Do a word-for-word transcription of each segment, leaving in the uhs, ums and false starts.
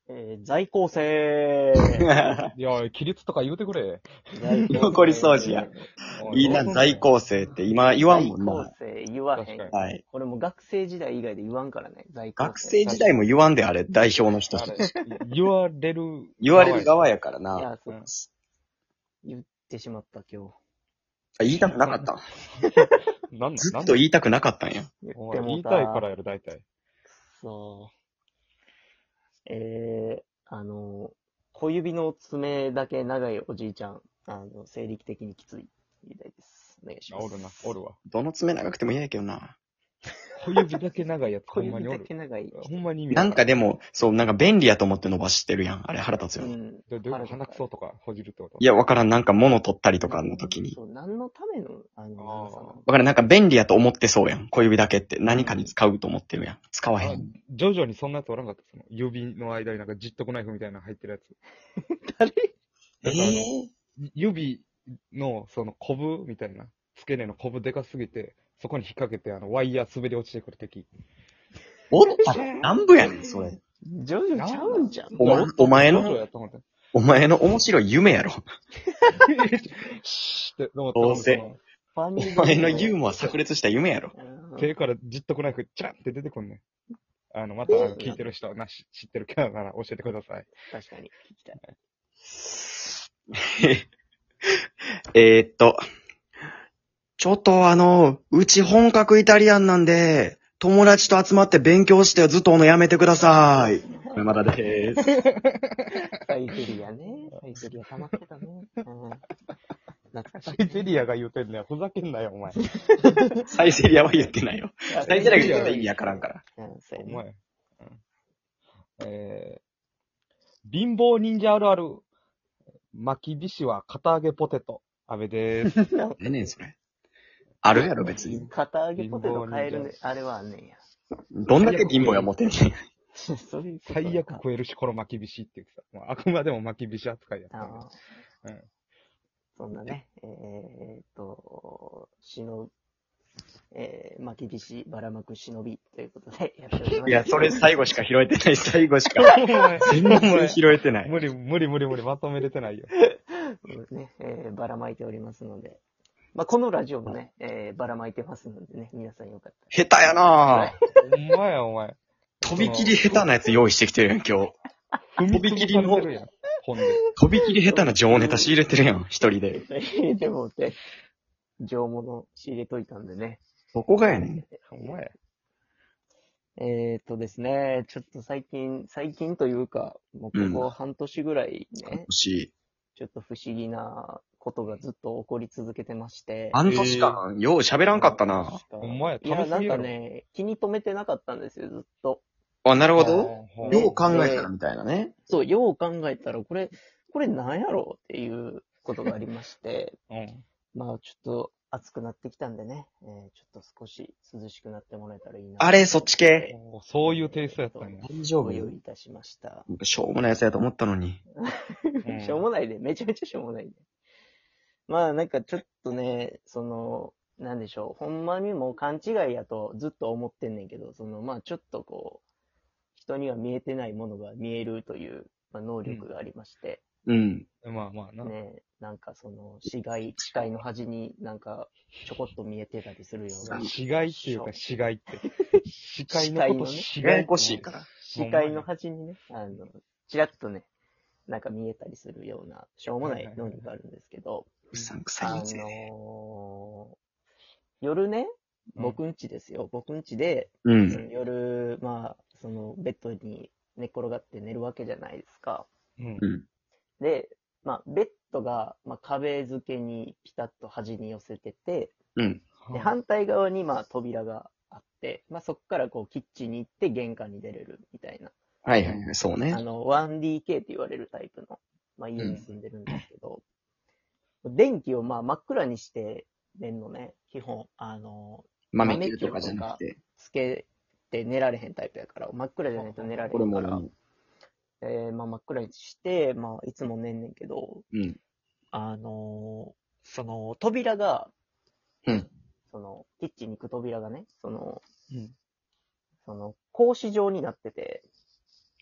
えー、在校生いや、規律とか言うてくれ。 残り掃除や。いいな、在校生って今言わんもんな。 在校生言わへん。 はい。 これも学生時代以外で言わんからね、在校生。 学生時代も言わんであれ、代表の人。 あれ、言われる。 言われる側やからな。 いや、そう。言ってしまった、今日。 あ、言いたくなかった。 なんなんずっと言いたくなかったんや。 言ってお前もた言いたいからやる、大体。 そう。えー、あの、小指の爪だけ長いおじいちゃん、あの、生理的にきついみたいです。お願いします。 おるな、おるわ。 どの爪長くても嫌やけどな。 小指だけ長いやつ、ほ小指だんまにおる。 け長い。 ほんまに意味なんかでも、そう、なんか便利やと思って伸ばしてるやん。あれ腹立つよ。 うん。 どどういうこと鼻くそとかほじるってこといや、わからん。なんか物取ったりとかの時に。 そう、何のための、あの、長さなのわからん。なんか便利やと思ってそうやん。小指だけって。何かに使うと思ってるやん。使わへあん。 徐々にそんなやつおらんかったその指の間になんかジットコナイフみたいなの入ってるやつ。 誰えー、指のそのコブみたいな、付け根のコブでかすぎて、そこに引っ掛けてあのワイヤー滑り落ちてくる敵。 おったらなんぼやねん、それ。 ジョジョちゃうんじゃん。 お前、お前ジョジョの、 やと思ってお前の面白い夢やろ。 シーって思ってどうせファミリーお前のユーモア炸裂した夢やろ。 うん手からジットコナイフチャンって出てくんねん。あの、またあの聞いてる人はなし知ってるキャラなら教えてください。 確かに。聞きたい。 えーっと、ちょっとあの、うち本格イタリアンなんで、友達と集まって勉強してずっとおのやめてください。小山田でーす。 サイゼリアね。サイゼリア溜まってたね。うん。懐かしい。 サイゼリアが言うてんねん。ふざけんなよ、お前。 サイゼリアは言ってないよ。サイゼリアが言ったら意味やわからんから。 うん、そうやね。 お前。うんえー、貧乏忍者あるある。巻きびしは片揚げポテト。安倍でーす。 ええねん、それ。あるやろ、別に。 片揚げポテト買えるね。あれはあんねんや。 どんだけ貧乏や思ってんねん。 そういうこと最悪食えるし、この巻きびしっていうさ。もうあくまでも巻きびし扱いやったんで。 ああ。 うんそんなね、えーっと、しの、えー、巻きびし、ばらまく忍びということでやっております。 いや、それ最後しか拾えてない、最後しか。 お前全然拾えてない。 無理、無理、無理、無理、まとめれてないよ。 そうですね、えー、ばらまいておりますので。まあ、このラジオもね、えー、ばらまいてますのでね、皆さんよかったら。 下手やなぁ。 お前や、お前。 とびきり下手なやつ用意してきてるやん、今日。 踏み切りの。るやん。ほんで。 とびきり下手な情ネタ仕入れてるやん、一人で。 でもって、上物仕入れといたんでね。 そこがやねん。 お前。 えーっとですね、ちょっと最近、最近というか、もうここ半年ぐらいね、 欲しい。 ちょっと不思議なことがずっと起こり続けてまして。 半年間、よう喋らんかったな。 お前、 いや、なん食べ過ぎやろ。 かね、気に留めてなかったんですよ、ずっと。 あ、なるほど。 ほよう考えたらみたいなね。 そう、よう考えたら、これ、これなんやろうっていうことがありまして、 うん。 まあちょっと暑くなってきたんでね、えーちょっと少し涼しくなってもらえたらいいな。 あれ、そっち系。 おそういうテイストやったんや。 大丈夫ご用意いたしました。 しょうもないやつやと思ったのに。 うんしょうもないで、めちゃめちゃしょうもないで。まあなんかちょっとね、その、なんでしょう、ほんまにもう勘違いやとずっと思ってんねんけど、そのまあちょっとこう、人には見えてないものが見えるという、まあ、能力がありまして、 うん。 まあまあな。 ね、なんかその、視界、視界の端になんかちょこっと見えてたりするような。 死骸っていうか死骸って。視界のこと死ややこ骸ってしいから。 視界の端にね、あの、ちらっとね、なんか見えたりするような、しょうもない能力があるんですけど、 うさんくさいあやつやね。 のー夜ね、僕ん家ですよ。僕ん家で、 うん。 その夜、まあ、そのベッドに寝っ転がって寝るわけじゃないですか。 うんう。ん。 で、まあ、ベッドが、まあ、壁付けにピタッと端に寄せてて、 うん。 で、反対側に、まあ、扉があって、まあ、そこからこう、キッチンに行って玄関に出れるみたいな。 はいはいはい、そうねあ。の、ワンディーケー って言われるタイプの、まあ、家に住んでるんですけど、電気をまあ真っ暗にして寝んのね、基本。あの、 豆球とかじゃなくて。 つけて寝られへんタイプやから、真っ暗じゃないと寝られへんから、えー、まあ真っ暗にして、まあいつも寝んねんけど、 うん。 あのー、その扉が、 うん。 その、キッチンに行く扉がね、その、 うん。 その、格子状になってて、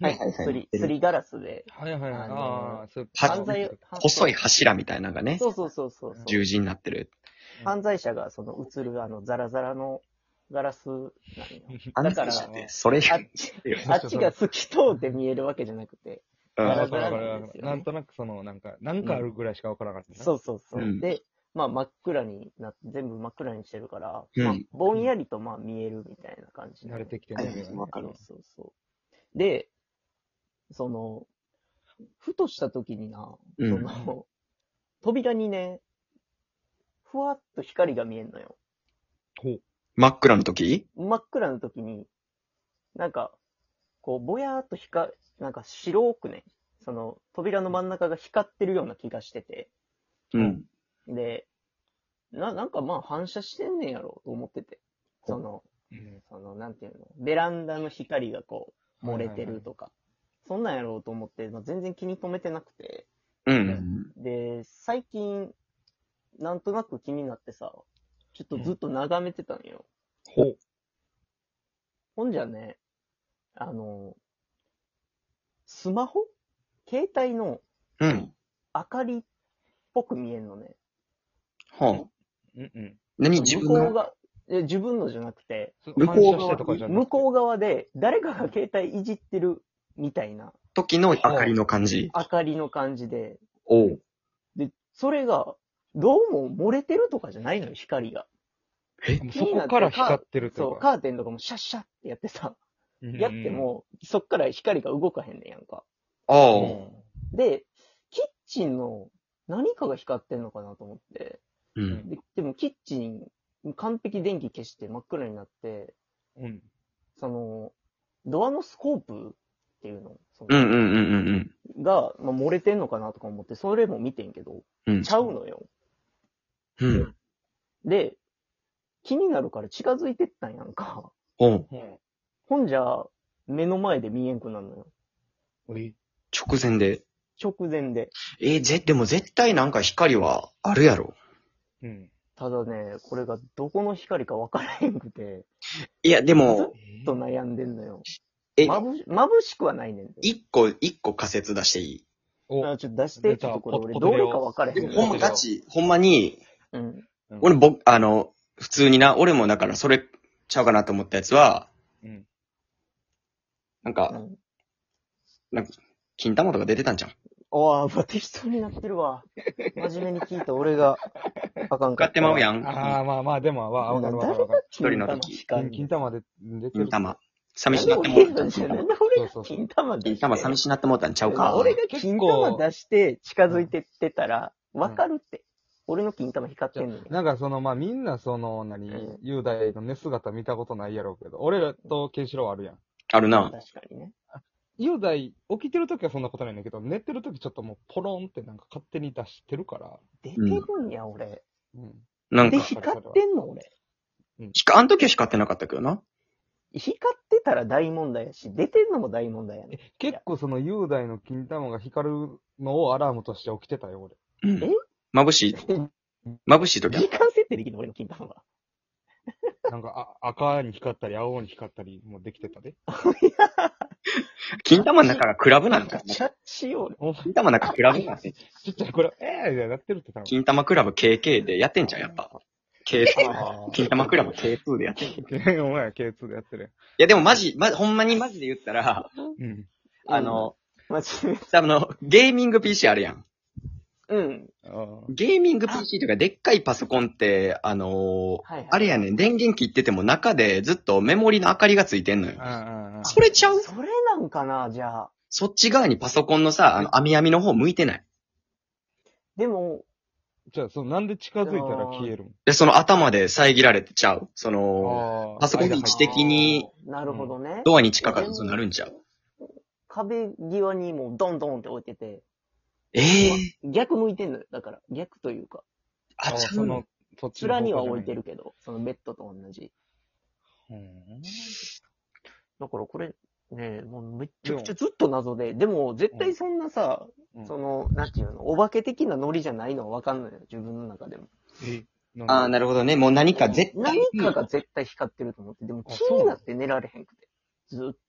はいはいはい。 すり、すりガラスで、 はいはいはい。 あのああ、そういう犯罪、 細い柱みたいなのがね、 そうそうそうそうそう。 十字になってる。 犯罪者がその映るあのザラザラのガラスなんよ。 犯だから罪者って、それ、 あっち、あっちが透き通って見えるわけじゃなくて、 うんザラザラわかるわかるなんですよねなんとなくその、なんか、なんかあるぐらいしかわからなかったな。 そうそうそう。 うんで、まあ真っ暗になって、全部真っ暗にしてるから、 うんまあ、ぼんやりとまあ見えるみたいな感じ慣れてきてはいね。目がねわかるそうそうそう。で、その、ふとした時にな、 うんその、扉にね、ふわっと光が見えんのよ。 ほう。 真っ暗の時真っ暗の時に、なんか、こう、ぼやーっと光、なんか白くね、その、扉の真ん中が光ってるような気がしてて、 うん。 で、な、なんかまあ反射してんねんやろと思ってて、その、 うんその、なんていうの、ベランダの光がこう、漏れてるとか、そんなんやろうと思って、まあ、全然気に留めてなくて、 うん。 で、最近、なんとなく気になってさ、ちょっとずっと眺めてたんよ。 ほう。 ほんじゃね、あの、スマホ携帯のうん。 明かりっぽく見えんのね。 はあ。 うんうん。 何自分の向こうが、え自分のじゃなくて、 向反射こう側してとかじゃなくて。 向こう側で誰かが携帯いじってるみたいな時の明かりの感じ。 明かりの感じで、 おう。 で、それが、どうも漏れてるとかじゃないのよ、光が。 もうそこから光ってるってそう、 ことカーテンとかもシャッシャッってやってさ、やって、も、そっから光が動かへんねんやんか。 あうんあ。 で、キッチンの何かが光ってんのかなと思って、 うん。 ででもキッチン、完璧電気消して真っ暗になって、 うん。 その、ドアのスコープっていうのそのうんうんうんうんが、まあ、漏れてんのかなとか思って、それも見てんけど、 うん。うんちゃうのよ。 うん。 で、気になるから近づいてったんやんか。 おう。 ほんじゃ、目の前で見えんくなるのよ。 え直前で。 直前で。 えーぜ、でも絶対なんか光はあるやろ。 うん。 ただね、これがどこの光か分からへんくて、 いや、でも、 ずっと悩んでんのよ。 え、 まぶし、眩しくはないねんで。 一個、一個仮説出していいお、 あちょっと出して、 出たちょっとこれ俺ポポテレをどれか分からへんのよ。 でもほんまガチ、ほんまに、 うん。 俺ぼ、あの、普通にな、俺もだからそれちゃうかなと思ったやつは、 うん。 うなんか、 ん。 なんか、金玉とか出てたんじゃん。 おー、適当になってるわ。真面目に聞いた俺が、あかんか使ってまうやん。 ん。 ああ、まあまあ、でも、わ、わかるわかるわかる。 一人の時金金玉で出てる。 金玉。寂しなんでなっても俺うたんちゃうなんで俺が金玉出して金玉寂しなってもうたんちゃうか。 俺が金玉出して近づいてってたら、わかるって。俺の金玉光ってんのよ。 なんかその、まあみんなその、何うん、 雄大の寝姿見たことないやろうけど、俺らとケンシロウあるやん。 あるな。 確かにね。 雄大、起きてる時はそんなことないんだけど、寝てる時ちょっともうポロンってなんか勝手に出してるから。 出てるんや、俺。 うん。 で、 なんか、 光ってんの俺。 光あの時は光ってなかったけどな。 光ってたら大問題やし、出てんのも大問題やね。 結構その雄大の金玉が光るのをアラームとして起きてたよ、俺。 うんえ眩しい眩しい時は時間設定できるの俺の金玉は。 なんかあ赤に光ったり青に光ったりもできてたで。 金玉の中がクラブなんか。 キャッチよ、俺。 お金玉の中クラブなんて。 ちっちゃい、これ、ええー、やってるって多分。 金玉クラブ ケーケー でやってんじゃん、やっぱ。ケーツー。 あー金玉クラブ ケーツー でやってん。いお前 ケーツー でやってるや、でもマジ、ま、ほんまにマジで言ったら、 やん。うん。 あの、 マジで。 あの、ゲーミング ピーシー あるやん。 うん。 あゲーミング ピーシー とかでっかいパソコンって、あのーはいはいあれやねん、電源切ってても中でずっとメモリの明かりがついてんのよ。 あ。あそれちゃうそれなんかな、じゃあ。 そっち側にパソコンのさ、あの、網網の方向いてない。 でも、 じゃあ、その、なんで近づいたら消えるんで、その頭で遮られてちゃう。その、 あパソコンに位置的になるほどね。 ドアに近かったらそうなるんちゃう。 壁際にもうドンドンって置いてて、 ええー。 逆向いてんのよ。だから、逆というか、 あ、 あ、 ちゃうのその、そっちの面には置いる。 てるけど、そのベッドと同じ。 うん。 だからこれ、ねもうめっちゃくちゃずっと謎で、でも絶対そんなさ、 うんその、なんていうの、お化け的なノリじゃないのはわかんないよ、自分の中でも。 え、 ああ、なるほどね。もう何か絶対。 何かが絶対光ってると思って、でも気になって寝られへんくて。ずっと。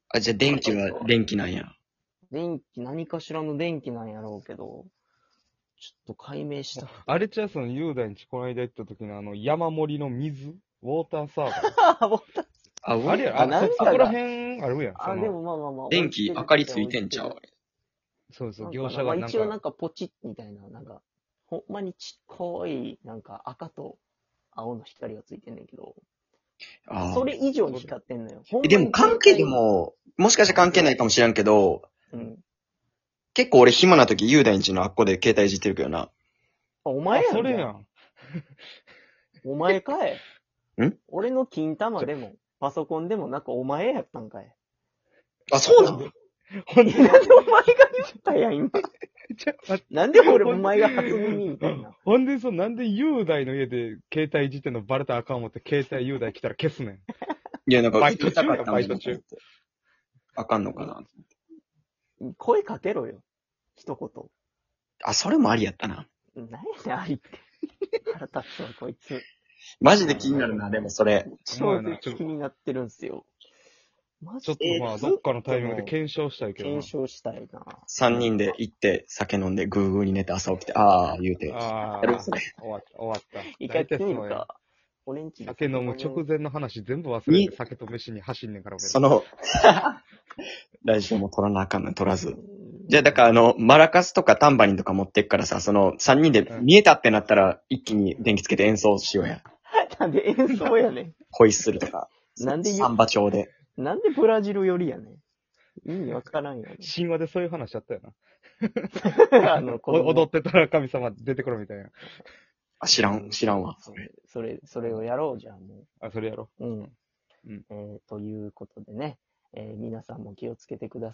あ、じゃあ電気は電気なんや。 電気、何かしらの電気なんやろうけど、ちょっと解明した。 あれちゃう、その雄大んちこの間行った時のあの山盛りの水ウォーターサーバー。 あ、もったあ、 あれや、あ、 あなんかがそそこら辺あるやん。 あ、 そのでもまあまあまあ。 電気、明かりついてんちゃう？ そうそう、 なんか業者まあがなんか、 一応なんかポチッみたいな、なんか、ほんまにちっこい、なんか赤と青の光がついてんねんけど、 あそれ以上に光ってんのよ。ほんまにでも関係でも、もしかして関係ないかもしれんけど、 うん。 結構俺暇な時、雄大んちのあっこで携帯いじってるけどな。 あ、お前あやん。 それやん。 お前かい。 ん俺の金玉でも、パソコンでもなんかお前やったんかい。 あ、そうなの？ ほんで、 なんでお前が言ったやん、今。 ちょ待ってなんで俺お前が初耳みたいな。 ほんで、そう、なんで雄大の家で携帯いじってんのバレたらあかん思って、携帯雄大来たら消すねん。 いや、なんか、 バイト中や言いたかったんじゃないバイト中。 あかんのかな。 声かけろよ。一言。 あ、それもありやったな。 何やねん、ありって。腹立つわ、こいつ。 マジで気になるな、でもそれ。 超気になってるんすよ。マちょジっとまあ、どっかのタイミングで検証したいけどな検。証したいな。 三人で行って、酒飲んで、ぐーぐーに寝て朝起きて、あー、言うて。 ああ、 やるそれ終わった、終わった。 一回やってみる大体そうやか。俺んちで酒飲む直前の話全部忘れにて、酒と飯に走んねんから、俺。 その、ラジオも撮らなあかんの、撮らず。 うんじゃあ、だからあの、マラカスとかタンバリンとか持ってっからさ、その、三人で見えたってなったら、一気に電気つけて演奏しようや。 なんで演奏やねホイッスルとか。 なんで言うサンバ調で。 ん。なんでブラジル寄りやねん。意味わからんよね。 神話でそういう話あったよな。 あの、子お供踊ってたら神様出てくるみたいな。 あ、知らん、知らんわ。 それ、それ、それをやろうじゃん、もあ、それやろ。 う。うん。 うんえーということでね、えー皆さんも気をつけてください。